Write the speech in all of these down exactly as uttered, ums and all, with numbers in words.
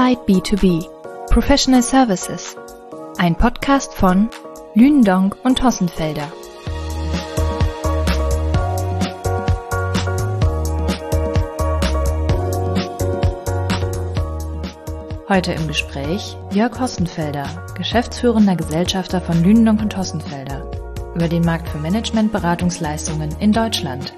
Inside B zwei B Professional Services, ein Podcast von Lündonk und Hossenfelder. Heute im Gespräch Jörg Hossenfelder, geschäftsführender Gesellschafter von Lündonk und Hossenfelder, über den Markt für Managementberatungsleistungen in Deutschland.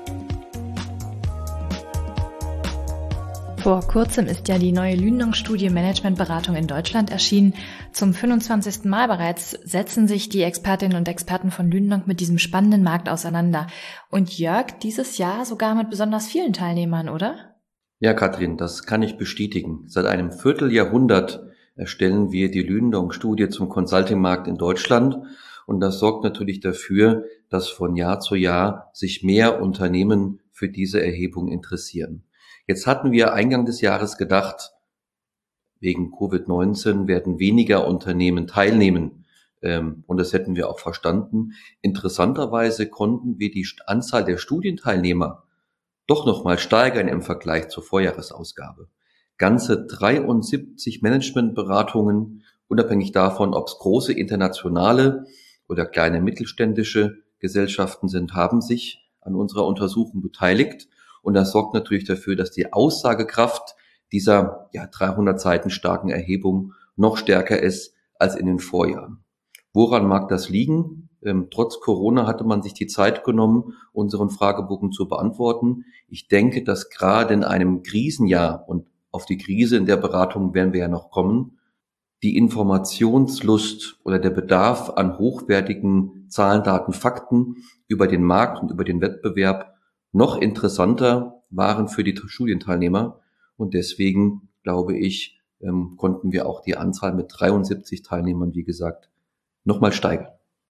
Vor kurzem ist ja die neue Lündonk-Studie Managementberatung in Deutschland erschienen. Zum fünfundzwanzigsten Mal bereits setzen sich die Expertinnen und Experten von Lündonk mit diesem spannenden Markt auseinander. Und Jörg, dieses Jahr sogar mit besonders vielen Teilnehmern, oder? Ja, Katrin, das kann ich bestätigen. Seit einem Vierteljahrhundert erstellen wir die Lündonk-Studie zum Consulting-Markt in Deutschland. Und das sorgt natürlich dafür, dass von Jahr zu Jahr sich mehr Unternehmen für diese Erhebung interessieren. Jetzt hatten wir Eingang des Jahres gedacht, wegen Covid neunzehn werden weniger Unternehmen teilnehmen. Und das hätten wir auch verstanden. Interessanterweise konnten wir die Anzahl der Studienteilnehmer doch nochmal steigern im Vergleich zur Vorjahresausgabe. Ganze dreiundsiebzig Managementberatungen, unabhängig davon, ob es große internationale oder kleine mittelständische Gesellschaften sind, haben sich an unserer Untersuchung beteiligt. Und das sorgt natürlich dafür, dass die Aussagekraft dieser ja, dreihundert Seiten starken Erhebung noch stärker ist als in den Vorjahren. Woran mag das liegen? Ähm, trotz Corona hatte man sich die Zeit genommen, unseren Fragebogen zu beantworten. Ich denke, dass gerade in einem Krisenjahr, und auf die Krise in der Beratung werden wir ja noch kommen, die Informationslust oder der Bedarf an hochwertigen Zahlen, Daten, Fakten über den Markt und über den Wettbewerb noch interessanter waren für die Studienteilnehmer. Und deswegen, glaube ich, ähm, konnten wir auch die Anzahl mit dreiundsiebzig Teilnehmern, wie gesagt, nochmal steigern.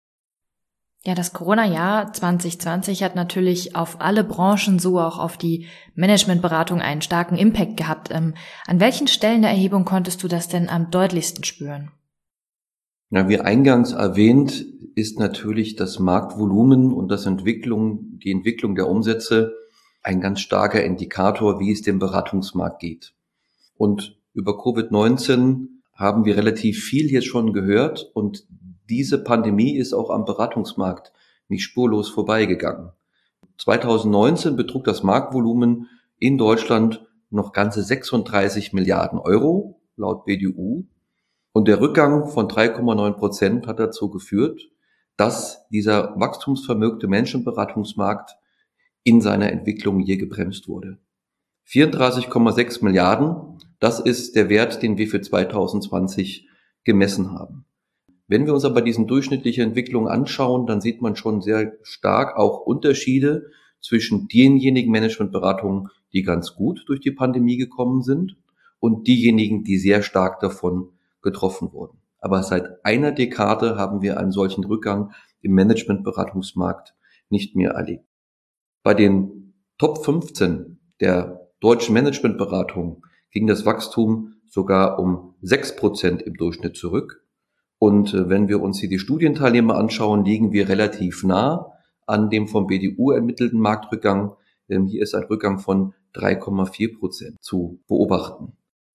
Ja, das Corona-Jahr zwanzig zwanzig hat natürlich auf alle Branchen, so auch auf die Managementberatung einen starken Impact gehabt. Ähm, an welchen Stellen der Erhebung konntest du das denn am deutlichsten spüren? Ja, wie eingangs erwähnt, ist natürlich das Marktvolumen und das Entwicklung, die Entwicklung der Umsätze ein ganz starker Indikator, wie es dem Beratungsmarkt geht. Und über Covid neunzehn haben wir relativ viel jetzt schon gehört und diese Pandemie ist auch am Beratungsmarkt nicht spurlos vorbeigegangen. zwanzig neunzehn betrug das Marktvolumen in Deutschland noch ganze sechsunddreißig Milliarden Euro, laut B D U. Und der Rückgang von drei Komma neun Prozent hat dazu geführt, dass dieser wachstumsvermögte Menschenberatungsmarkt in seiner Entwicklung hier gebremst wurde. vierunddreißig Komma sechs Milliarden, das ist der Wert, den wir für zwanzig zwanzig gemessen haben. Wenn wir uns aber diesen durchschnittliche Entwicklung anschauen, dann sieht man schon sehr stark auch Unterschiede zwischen denjenigen Managementberatungen, die ganz gut durch die Pandemie gekommen sind, und diejenigen, die sehr stark davon getroffen wurden. Aber seit einer Dekade haben wir einen solchen Rückgang im Managementberatungsmarkt nicht mehr erlebt. Bei den Top fünfzehn der deutschen Managementberatungen ging das Wachstum sogar um sechs Prozent im Durchschnitt zurück. Und wenn wir uns hier die Studienteilnehmer anschauen, liegen wir relativ nah an dem vom B D U ermittelten Marktrückgang. Hier ist ein Rückgang von drei Komma vier Prozent zu beobachten.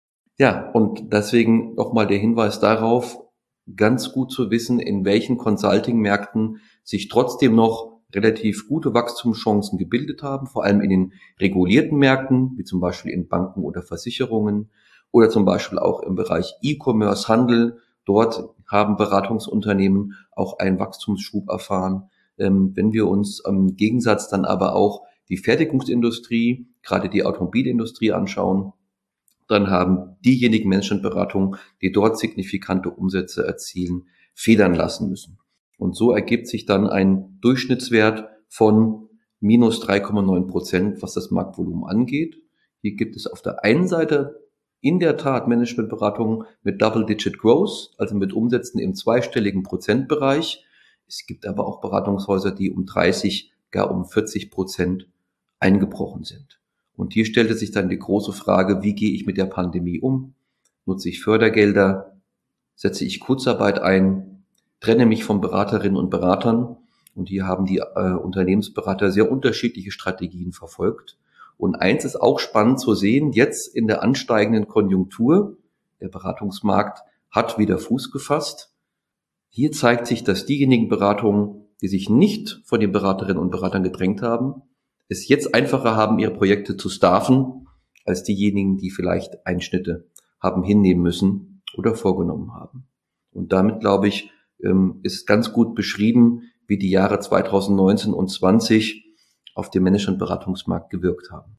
Ja, und deswegen nochmal der Hinweis darauf, ganz gut zu wissen, in welchen Consulting-Märkten sich trotzdem noch relativ gute Wachstumschancen gebildet haben, vor allem in den regulierten Märkten, wie zum Beispiel in Banken oder Versicherungen oder zum Beispiel auch im Bereich E-Commerce, Handel. Dort haben Beratungsunternehmen auch einen Wachstumsschub erfahren. Wenn wir uns im Gegensatz dann aber auch die Fertigungsindustrie, gerade die Automobilindustrie anschauen, dann haben diejenigen Managementberatungen, die dort signifikante Umsätze erzielen, federn lassen müssen. Und so ergibt sich dann ein Durchschnittswert von minus drei Komma neun Prozent, was das Marktvolumen angeht. Hier gibt es auf der einen Seite in der Tat Managementberatungen mit Double-Digit Growth, also mit Umsätzen im zweistelligen Prozentbereich. Es gibt aber auch Beratungshäuser, die um dreißig, gar um vierzig Prozent eingebrochen sind. Und hier stellte sich dann die große Frage, wie gehe ich mit der Pandemie um? Nutze ich Fördergelder? Setze ich Kurzarbeit ein? Trenne mich von Beraterinnen und Beratern? Und hier haben die äh, Unternehmensberater sehr unterschiedliche Strategien verfolgt. Und eins ist auch spannend zu sehen, jetzt in der ansteigenden Konjunktur Der Beratungsmarkt hat wieder Fuß gefasst. Hier zeigt sich, dass diejenigen Beratungen, die sich nicht von den Beraterinnen und Beratern gedrängt haben, es jetzt einfacher haben, ihre Projekte zu staffen, als diejenigen, die vielleicht Einschnitte haben hinnehmen müssen oder vorgenommen haben. Und damit, glaube ich, ist ganz gut beschrieben, wie die Jahre zweitausendneunzehn und zwanzig auf dem Management-Beratungsmarkt gewirkt haben.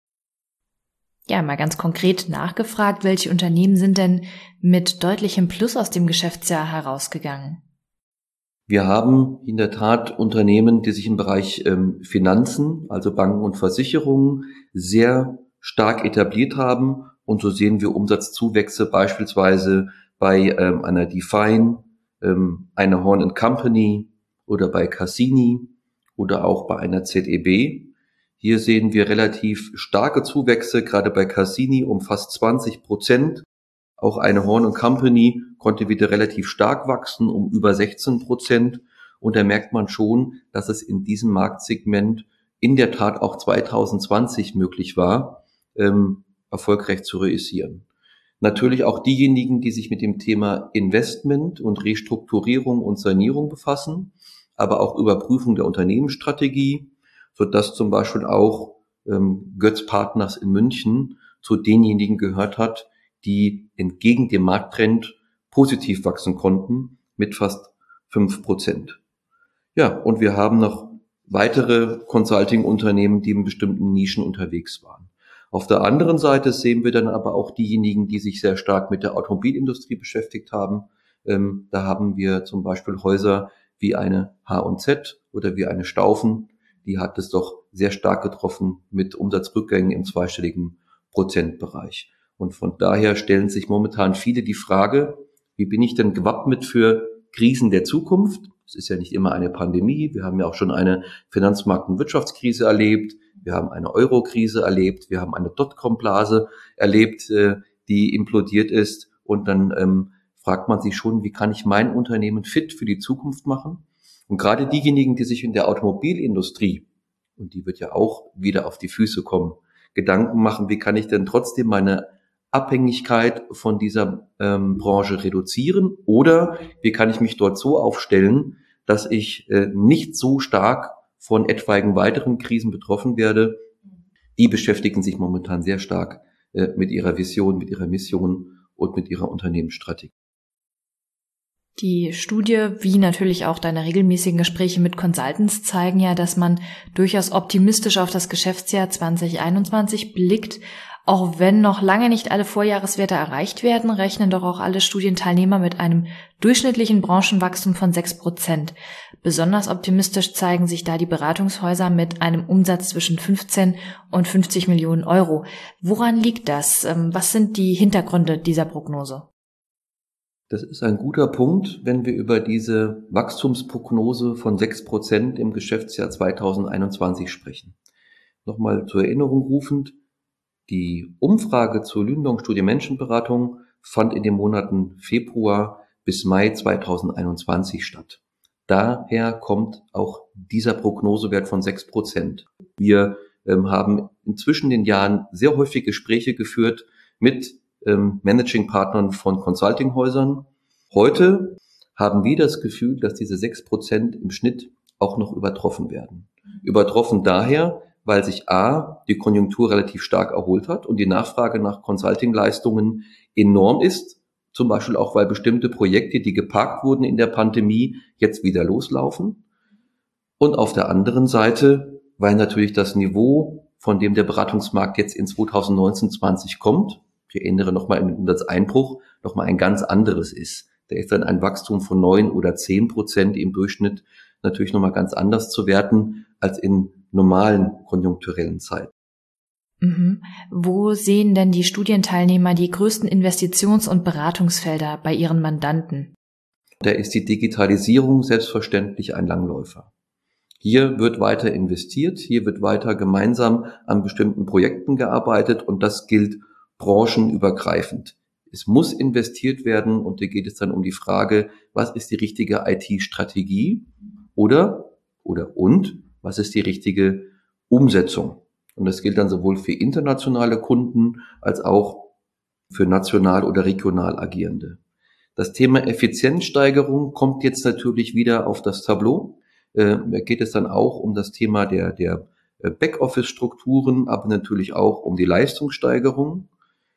Ja, mal ganz konkret nachgefragt, welche Unternehmen sind denn mit deutlichem Plus aus dem Geschäftsjahr herausgegangen? Wir haben in der Tat Unternehmen, die sich im Bereich ähm, Finanzen, also Banken und Versicherungen, sehr stark etabliert haben. Und so sehen wir Umsatzzuwächse beispielsweise bei ähm, einer Define, ähm, einer Horn and Company oder bei Cassini oder auch bei einer Z E B. Hier sehen wir relativ starke Zuwächse, gerade bei Cassini um fast zwanzig Prozent. Auch eine Horn and Company konnte wieder relativ stark wachsen, um über sechzehn Prozent. Und da merkt man schon, dass es in diesem Marktsegment in der Tat auch zweitausendzwanzig möglich war, ähm, erfolgreich zu reüssieren. Natürlich auch diejenigen, die sich mit dem Thema Investment und Restrukturierung und Sanierung befassen, aber auch Überprüfung der Unternehmensstrategie, sodass zum Beispiel auch ähm, Götz Partners in München zu denjenigen gehört hat, die entgegen dem Markttrend positiv wachsen konnten mit fast fünf Prozent. Ja, und wir haben noch weitere Consulting-Unternehmen, die in bestimmten Nischen unterwegs waren. Auf der anderen Seite sehen wir dann aber auch diejenigen, die sich sehr stark mit der Automobilindustrie beschäftigt haben. Ähm, da haben wir zum Beispiel Häuser wie eine H und Z oder wie eine Staufen. Die hat es doch sehr stark getroffen mit Umsatzrückgängen im zweistelligen Prozentbereich. Und von daher stellen sich momentan viele die Frage, wie bin ich denn gewappnet für Krisen der Zukunft? Es ist ja nicht immer eine Pandemie. Wir haben ja auch schon eine Finanzmarkt- und Wirtschaftskrise erlebt. Wir haben eine Euro-Krise erlebt. Wir haben eine Dotcom-Blase erlebt, die implodiert ist. Und dann ähm, fragt man sich schon, wie kann ich mein Unternehmen fit für die Zukunft machen? Und gerade diejenigen, die sich in der Automobilindustrie, und die wird ja auch wieder auf die Füße kommen, Gedanken machen, wie kann ich denn trotzdem meine Abhängigkeit von dieser ähm, Branche reduzieren oder wie kann ich mich dort so aufstellen, dass ich äh, nicht so stark von etwaigen weiteren Krisen betroffen werde. Die beschäftigen sich momentan sehr stark äh, mit ihrer Vision, mit ihrer Mission und mit ihrer Unternehmensstrategie. Die Studie, wie natürlich auch deine regelmäßigen Gespräche mit Consultants, zeigen ja, dass man durchaus optimistisch auf das Geschäftsjahr zwanzig einundzwanzig blickt. Auch wenn noch lange nicht alle Vorjahreswerte erreicht werden, rechnen doch auch alle Studienteilnehmer mit einem durchschnittlichen Branchenwachstum von sechs Prozent. Besonders optimistisch zeigen sich da die Beratungshäuser mit einem Umsatz zwischen fünfzehn und fünfzig Millionen Euro. Woran liegt das? Was sind die Hintergründe dieser Prognose? Das ist ein guter Punkt, wenn wir über diese Wachstumsprognose von sechs Prozent im Geschäftsjahr zweitausendeinundzwanzig sprechen. Nochmal zur Erinnerung rufend, die Umfrage zur Lünendonk-Studie Menschenberatung fand in den Monaten Februar bis Mai zweitausendeinundzwanzig statt. Daher kommt auch dieser Prognosewert von sechs Prozent. Wir ähm, haben inzwischen den Jahren sehr häufig Gespräche geführt mit ähm, Managing-Partnern von Consulting-Häusern. Heute haben wir das Gefühl, dass diese sechs Prozent im Schnitt auch noch übertroffen werden. Übertroffen daher, weil sich A, die Konjunktur relativ stark erholt hat und die Nachfrage nach Consulting-Leistungen enorm ist. Zum Beispiel auch, weil bestimmte Projekte, die geparkt wurden in der Pandemie, jetzt wieder loslaufen. Und auf der anderen Seite, weil natürlich das Niveau, von dem der Beratungsmarkt jetzt in zweitausendneunzehn zwanzig kommt, ich erinnere nochmal an den Umsatzeinbruch, nochmal ein ganz anderes ist. Da ist dann ein Wachstum von neun oder zehn Prozent im Durchschnitt natürlich nochmal ganz anders zu werten als in normalen konjunkturellen Zeiten. Mhm. Wo sehen denn die Studienteilnehmer die größten Investitions- und Beratungsfelder bei ihren Mandanten? Da ist die Digitalisierung selbstverständlich ein Langläufer. Hier wird weiter investiert, hier wird weiter gemeinsam an bestimmten Projekten gearbeitet und das gilt branchenübergreifend. Es muss investiert werden und da geht es dann um die Frage, was ist die richtige I T-Strategie oder, oder und, was ist die richtige Umsetzung? Und das gilt dann sowohl für internationale Kunden als auch für national oder regional Agierende. Das Thema Effizienzsteigerung kommt jetzt natürlich wieder auf das Tableau. Da geht es dann auch um das Thema der, der Backoffice-Strukturen, aber natürlich auch um die Leistungssteigerung.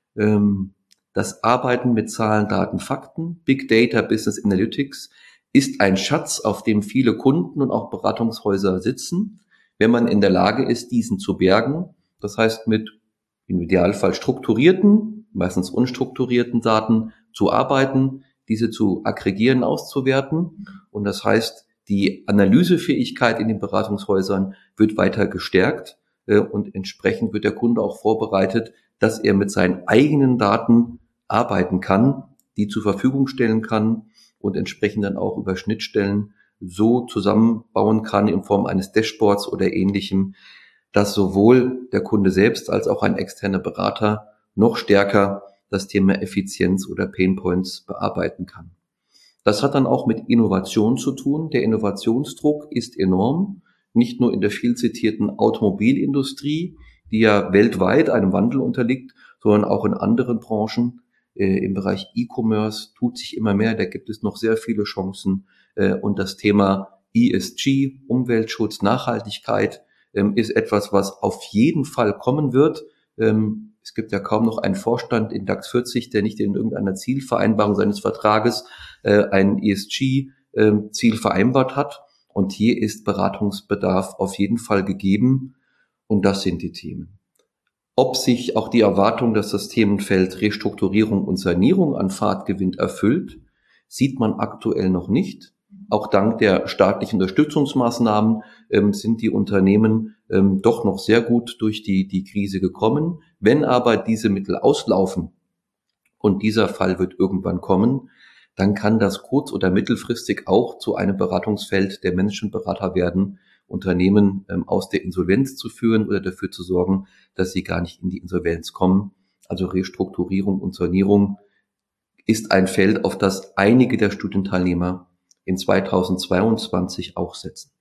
Das Arbeiten mit Zahlen, Daten, Fakten, Big Data, Business Analytics ist ein Schatz, auf dem viele Kunden und auch Beratungshäuser sitzen, wenn man in der Lage ist, diesen zu bergen. Das heißt, mit im Idealfall strukturierten, meistens unstrukturierten Daten zu arbeiten, diese zu aggregieren, auszuwerten. Und das heißt, die Analysefähigkeit in den Beratungshäusern wird weiter gestärkt und entsprechend wird der Kunde auch vorbereitet, dass er mit seinen eigenen Daten arbeiten kann, die zur Verfügung stellen kann und entsprechend dann auch über Schnittstellen so zusammenbauen kann in Form eines Dashboards oder Ähnlichem, dass sowohl der Kunde selbst als auch ein externer Berater noch stärker das Thema Effizienz oder Painpoints bearbeiten kann. Das hat dann auch mit Innovation zu tun. Der Innovationsdruck ist enorm, nicht nur in der viel zitierten Automobilindustrie, die ja weltweit einem Wandel unterliegt, sondern auch in anderen Branchen. Äh, im Bereich E-Commerce tut sich immer mehr, da gibt es noch sehr viele Chancen. Äh, und das Thema E S G, Umweltschutz, Nachhaltigkeit, ähm, ist etwas, was auf jeden Fall kommen wird. Ähm, es gibt ja kaum noch einen Vorstand in DAX vierzig, der nicht in irgendeiner Zielvereinbarung seines Vertrages äh, ein E S G-Ziel äh, vereinbart hat. Und hier ist Beratungsbedarf auf jeden Fall gegeben. Und das sind die Themen. Ob sich auch die Erwartung, dass das Themenfeld Restrukturierung und Sanierung an Fahrt gewinnt, erfüllt, sieht man aktuell noch nicht. Auch dank der staatlichen Unterstützungsmaßnahmen ähm, sind die Unternehmen ähm, doch noch sehr gut durch die, die Krise gekommen. Wenn aber diese Mittel auslaufen und dieser Fall wird irgendwann kommen, dann kann das kurz- oder mittelfristig auch zu einem Beratungsfeld der Managementberater werden, Unternehmen ähm, aus der Insolvenz zu führen oder dafür zu sorgen, dass sie gar nicht in die Insolvenz kommen. Also Restrukturierung und Sanierung ist ein Feld, auf das einige der Studienteilnehmer in zweitausendzweiundzwanzig auch setzen.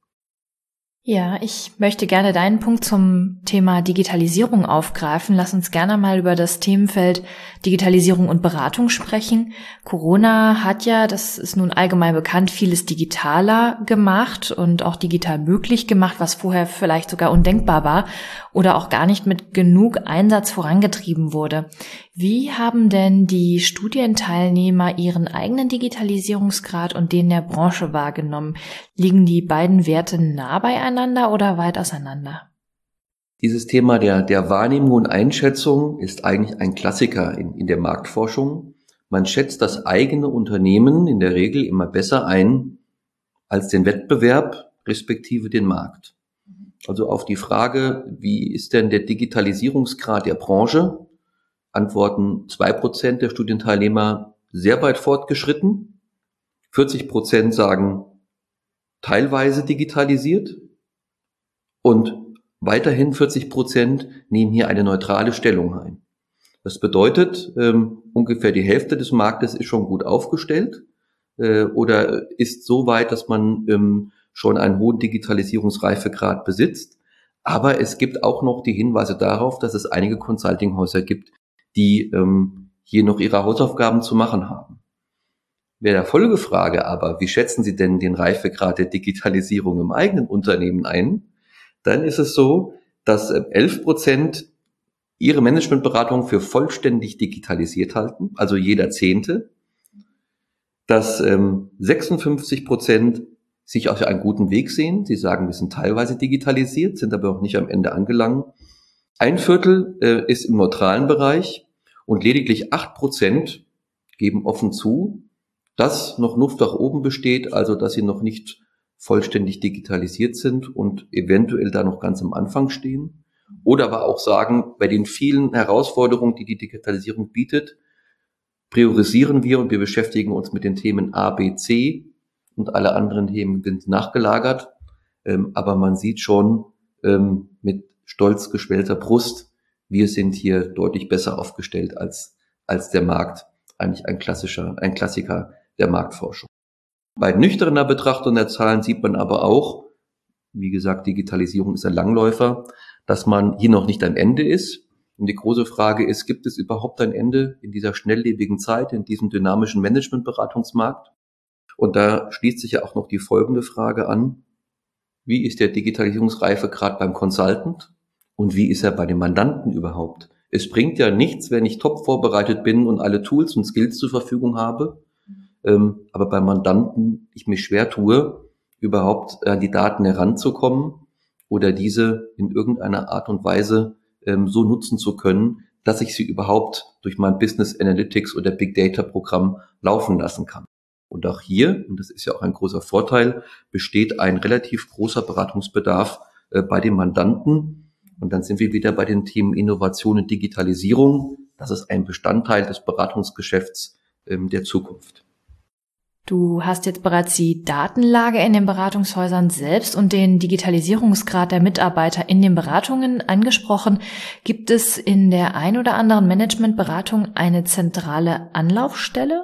Ja, ich möchte gerne deinen Punkt zum Thema Digitalisierung aufgreifen. Lass uns gerne mal über das Themenfeld Digitalisierung und Beratung sprechen. Corona hat ja, das ist nun allgemein bekannt, vieles digitaler gemacht und auch digital möglich gemacht, was vorher vielleicht sogar undenkbar war oder auch gar nicht mit genug Einsatz vorangetrieben wurde. Wie haben denn die Studienteilnehmer ihren eigenen Digitalisierungsgrad und den der Branche wahrgenommen? Liegen die beiden Werte nah beieinander oder weit auseinander? Dieses Thema der, der Wahrnehmung und Einschätzung ist eigentlich ein Klassiker in, in der Marktforschung. Man schätzt das eigene Unternehmen in der Regel immer besser ein als den Wettbewerb respektive den Markt. Also auf die Frage, wie ist denn der Digitalisierungsgrad der Branche, antworten zwei Prozent der Studienteilnehmer sehr weit fortgeschritten, vierzig Prozent sagen teilweise digitalisiert und weiterhin vierzig Prozent nehmen hier eine neutrale Stellung ein. Das bedeutet, ähm, ungefähr die Hälfte des Marktes ist schon gut aufgestellt äh, oder ist so weit, dass man ähm, schon einen hohen Digitalisierungsreifegrad besitzt. Aber es gibt auch noch die Hinweise darauf, dass es einige Consultinghäuser gibt, die ähm, hier noch ihre Hausaufgaben zu machen haben. Bei der Folgefrage aber, wie schätzen Sie denn den Reifegrad der Digitalisierung im eigenen Unternehmen ein? Dann ist es so, dass elf Prozent ihre Managementberatung für vollständig digitalisiert halten, also jeder Zehnte, dass ähm, sechsundfünfzig Prozent sich auf einen guten Weg sehen. Sie sagen, wir sind teilweise digitalisiert, sind aber auch nicht am Ende angelangt. Ein Viertel äh, ist im neutralen Bereich und lediglich acht Prozent geben offen zu, dass noch Luft nach oben besteht, also dass sie noch nicht vollständig digitalisiert sind und eventuell da noch ganz am Anfang stehen. Oder aber auch sagen, bei den vielen Herausforderungen, die die Digitalisierung bietet, priorisieren wir und wir beschäftigen uns mit den Themen A, B, C und alle anderen Themen sind nachgelagert. Ähm, aber man sieht schon ähm, mit stolz geschwellter Brust, wir sind hier deutlich besser aufgestellt als, als der Markt. Eigentlich ein klassischer, ein Klassiker der Marktforschung. Bei nüchterner Betrachtung der Zahlen sieht man aber auch, wie gesagt, Digitalisierung ist ein Langläufer, dass man hier noch nicht am Ende ist. Und die große Frage ist, gibt es überhaupt ein Ende in dieser schnelllebigen Zeit, in diesem dynamischen Managementberatungsmarkt? Und da schließt sich ja auch noch die folgende Frage an. Wie ist der Digitalisierungsreifegrad beim Consultant und wie ist er bei den Mandanten überhaupt? Es bringt ja nichts, wenn ich top vorbereitet bin und alle Tools und Skills zur Verfügung habe, ähm, aber beim Mandanten ich mich schwer tue, überhaupt an die Daten heranzukommen oder diese in irgendeiner Art und Weise ähm, so nutzen zu können, dass ich sie überhaupt durch mein Business Analytics oder Big Data Programm laufen lassen kann. Und auch hier, und das ist ja auch ein großer Vorteil, besteht ein relativ großer Beratungsbedarf äh, bei den Mandanten. Und dann sind wir wieder bei den Themen Innovation und Digitalisierung. Das ist ein Bestandteil des Beratungsgeschäfts ähm, der Zukunft. Du hast jetzt bereits die Datenlage in den Beratungshäusern selbst und den Digitalisierungsgrad der Mitarbeiter in den Beratungen angesprochen. Gibt es in der ein oder anderen Managementberatung eine zentrale Anlaufstelle?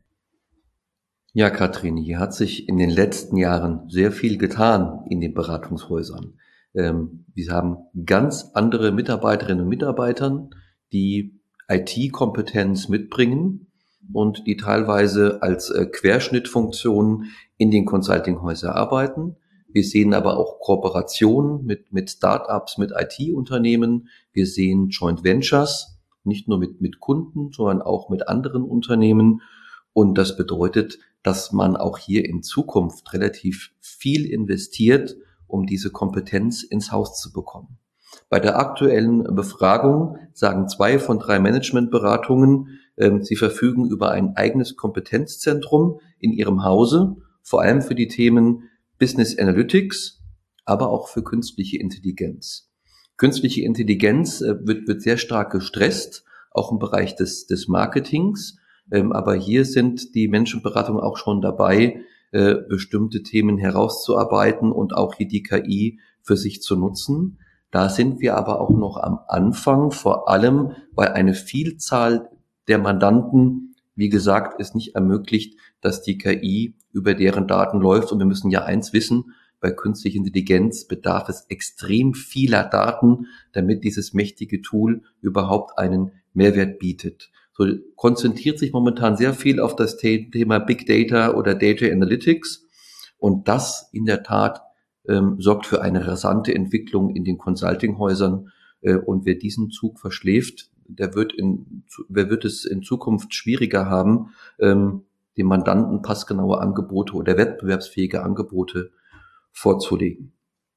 Ja, Katrin, hier hat sich in den letzten Jahren sehr viel getan in den Beratungshäusern. Ähm, wir haben ganz andere Mitarbeiterinnen und Mitarbeiter, die I T-Kompetenz mitbringen und die teilweise als äh, Querschnittfunktion in den Consultinghäusern arbeiten. Wir sehen aber auch Kooperationen mit, mit Start-ups, mit I T-Unternehmen. Wir sehen Joint Ventures, nicht nur mit, mit Kunden, sondern auch mit anderen Unternehmen. Und das bedeutet, dass man auch hier in Zukunft relativ viel investiert, um diese Kompetenz ins Haus zu bekommen. Bei der aktuellen Befragung sagen zwei von drei Managementberatungen, äh, sie verfügen über ein eigenes Kompetenzzentrum in ihrem Hause, vor allem für die Themen Business Analytics, aber auch für künstliche Intelligenz. Künstliche Intelligenz äh, wird, wird sehr stark gestresst, auch im Bereich des, des Marketings. Ähm, aber hier sind die Managementberatungen auch schon dabei, äh, bestimmte Themen herauszuarbeiten und auch hier die K I für sich zu nutzen. Da sind wir aber auch noch am Anfang, vor allem, weil eine Vielzahl der Mandanten, wie gesagt, es nicht ermöglicht, dass die K I über deren Daten läuft. Und wir müssen ja eins wissen, bei künstlicher Intelligenz bedarf es extrem vieler Daten, damit dieses mächtige Tool überhaupt einen Mehrwert bietet. So konzentriert sich momentan sehr viel auf das Thema Big Data oder Data Analytics. Und das in der Tat ähm, sorgt für eine rasante Entwicklung in den Consultinghäusern. Äh, und wer diesen Zug verschläft, der wird in, wer wird es in Zukunft schwieriger haben, ähm, dem Mandanten passgenaue Angebote oder wettbewerbsfähige Angebote vorzulegen.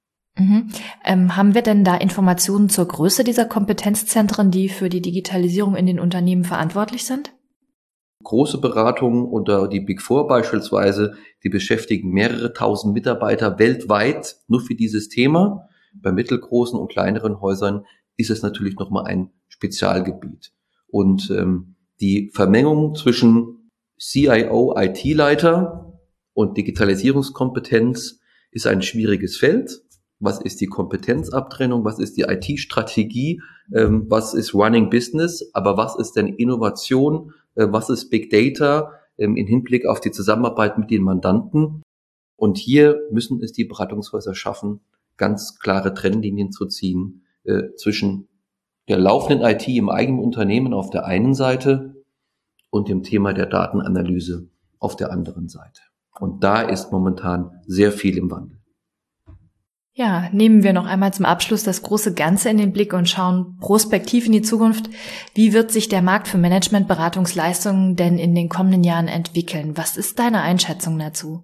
Mhm. Ähm, haben wir denn da Informationen zur Größe dieser Kompetenzzentren, die für die Digitalisierung in den Unternehmen verantwortlich sind? Große Beratungen oder die Big Four beispielsweise, die beschäftigen mehrere tausend Mitarbeiter weltweit nur für dieses Thema. Bei mittelgroßen und kleineren Häusern ist es natürlich nochmal ein Spezialgebiet. Und ähm, die Vermengung zwischen C I O, I T-Leiter und Digitalisierungskompetenz ist ein schwieriges Feld. Was ist die Kompetenzabtrennung? Was ist die I T-Strategie? Ähm, was ist Running Business? Aber was ist denn Innovation? Äh, was ist Big Data ähm, im Hinblick auf die Zusammenarbeit mit den Mandanten? Und hier müssen es die Beratungshäuser schaffen, ganz klare Trennlinien zu ziehen äh, zwischen der laufenden I T im eigenen Unternehmen auf der einen Seite und dem Thema der Datenanalyse auf der anderen Seite. Und da ist momentan sehr viel im Wandel. Ja, nehmen wir noch einmal zum Abschluss das große Ganze in den Blick und schauen prospektiv in die Zukunft. Wie wird sich der Markt für Managementberatungsleistungen denn in den kommenden Jahren entwickeln? Was ist deine Einschätzung dazu?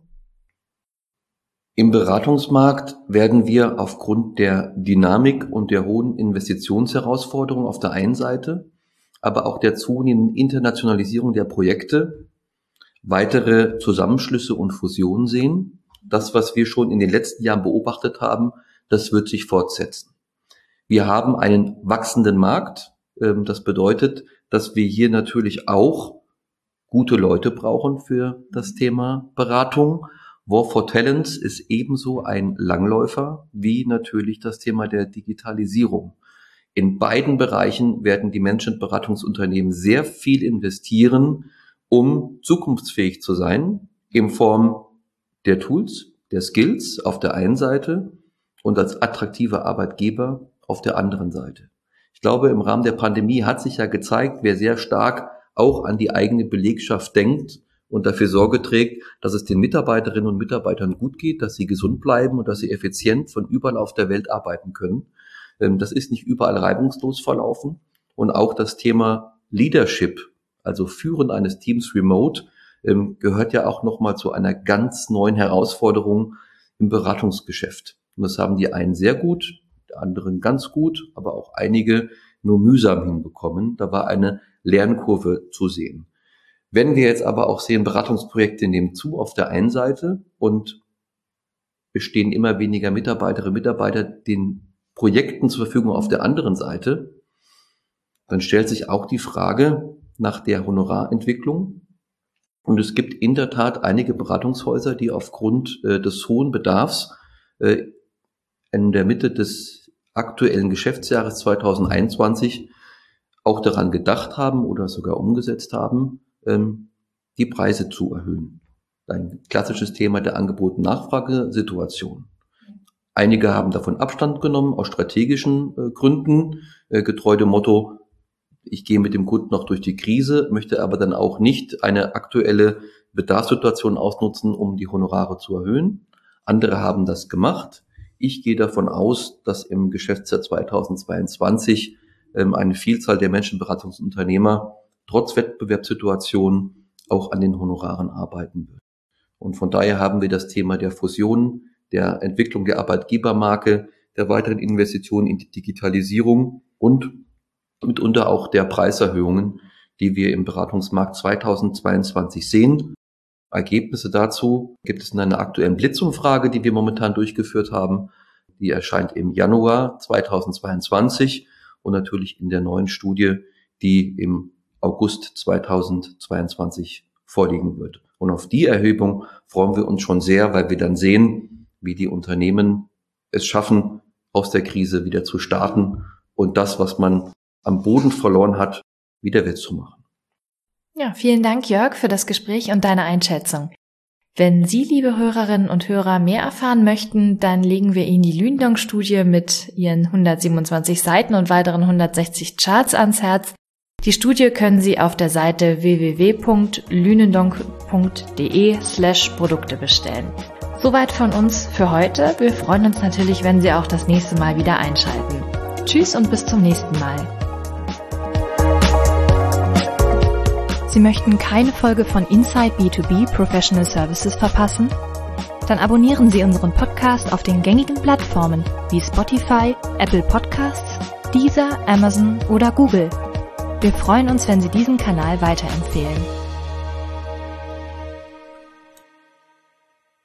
Im Beratungsmarkt werden wir aufgrund der Dynamik und der hohen Investitionsherausforderungen auf der einen Seite, aber auch der zunehmenden Internationalisierung der Projekte weitere Zusammenschlüsse und Fusionen sehen. Das, was wir schon in den letzten Jahren beobachtet haben, das wird sich fortsetzen. Wir haben einen wachsenden Markt. Das bedeutet, dass wir hier natürlich auch gute Leute brauchen für das Thema Beratung. War for Talents ist ebenso ein Langläufer wie natürlich das Thema der Digitalisierung. In beiden Bereichen werden die Managementberatungsunternehmen sehr viel investieren, um zukunftsfähig zu sein, in Form der Tools, der Skills auf der einen Seite und als attraktiver Arbeitgeber auf der anderen Seite. Ich glaube, im Rahmen der Pandemie hat sich ja gezeigt, wer sehr stark auch an die eigene Belegschaft denkt und dafür Sorge trägt, dass es den Mitarbeiterinnen und Mitarbeitern gut geht, dass sie gesund bleiben und dass sie effizient von überall auf der Welt arbeiten können. Das ist nicht überall reibungslos verlaufen. Und auch das Thema Leadership, also Führen eines Teams remote, gehört ja auch nochmal zu einer ganz neuen Herausforderung im Beratungsgeschäft. Und das haben die einen sehr gut, die anderen ganz gut, aber auch einige nur mühsam hinbekommen. Da war eine Lernkurve zu sehen. Wenn wir jetzt aber auch sehen, Beratungsprojekte nehmen zu auf der einen Seite und es stehen immer weniger Mitarbeiterinnen und Mitarbeiter den Projekten zur Verfügung auf der anderen Seite, dann stellt sich auch die Frage nach der Honorarentwicklung. Und es gibt in der Tat einige Beratungshäuser, die aufgrund äh, des hohen Bedarfs äh, in der Mitte des aktuellen Geschäftsjahres zweitausendeinundzwanzig auch daran gedacht haben oder sogar umgesetzt haben, ähm, die Preise zu erhöhen. Ein klassisches Thema der Angebot-Nachfrage-Situation. Einige haben davon Abstand genommen aus strategischen äh, Gründen, äh, getreu dem Motto, ich gehe mit dem Kunden noch durch die Krise, möchte aber dann auch nicht eine aktuelle Bedarfssituation ausnutzen, um die Honorare zu erhöhen. Andere haben das gemacht. Ich gehe davon aus, dass im Geschäftsjahr zweitausendzweiundzwanzig ähm, eine Vielzahl der Menschenberatungsunternehmer trotz Wettbewerbssituation auch an den Honoraren arbeiten wird. Und von daher haben wir das Thema der Fusion, der Entwicklung der Arbeitgebermarke, der weiteren Investitionen in die Digitalisierung und mitunter auch der Preiserhöhungen, die wir im Beratungsmarkt zweitausendzweiundzwanzig sehen. Ergebnisse dazu gibt es in einer aktuellen Blitzumfrage, die wir momentan durchgeführt haben. Die erscheint im Januar zweitausendzweiundzwanzig und natürlich in der neuen Studie, die im August zweitausendzweiundzwanzig vorliegen wird. Und auf die Erhebung freuen wir uns schon sehr, weil wir dann sehen, wie die Unternehmen es schaffen, aus der Krise wieder zu starten und das, was man am Boden verloren hat, wieder wettzumachen. Ja, vielen Dank, Jörg, für das Gespräch und deine Einschätzung. Wenn Sie, liebe Hörerinnen und Hörer, mehr erfahren möchten, dann legen wir Ihnen die Lünendonk-Studie mit ihren hundertsiebenundzwanzig Seiten und weiteren hundertsechzig Charts ans Herz. Die Studie können Sie auf der Seite w w w punkt lünendonk punkt d e slash Produkte bestellen. Soweit von uns für heute. Wir freuen uns natürlich, wenn Sie auch das nächste Mal wieder einschalten. Tschüss und bis zum nächsten Mal. Sie möchten keine Folge von Inside B zwei B Professional Services verpassen? Dann abonnieren Sie unseren Podcast auf den gängigen Plattformen wie Spotify, Apple Podcasts, Deezer, Amazon oder Google. Wir freuen uns, wenn Sie diesen Kanal weiterempfehlen.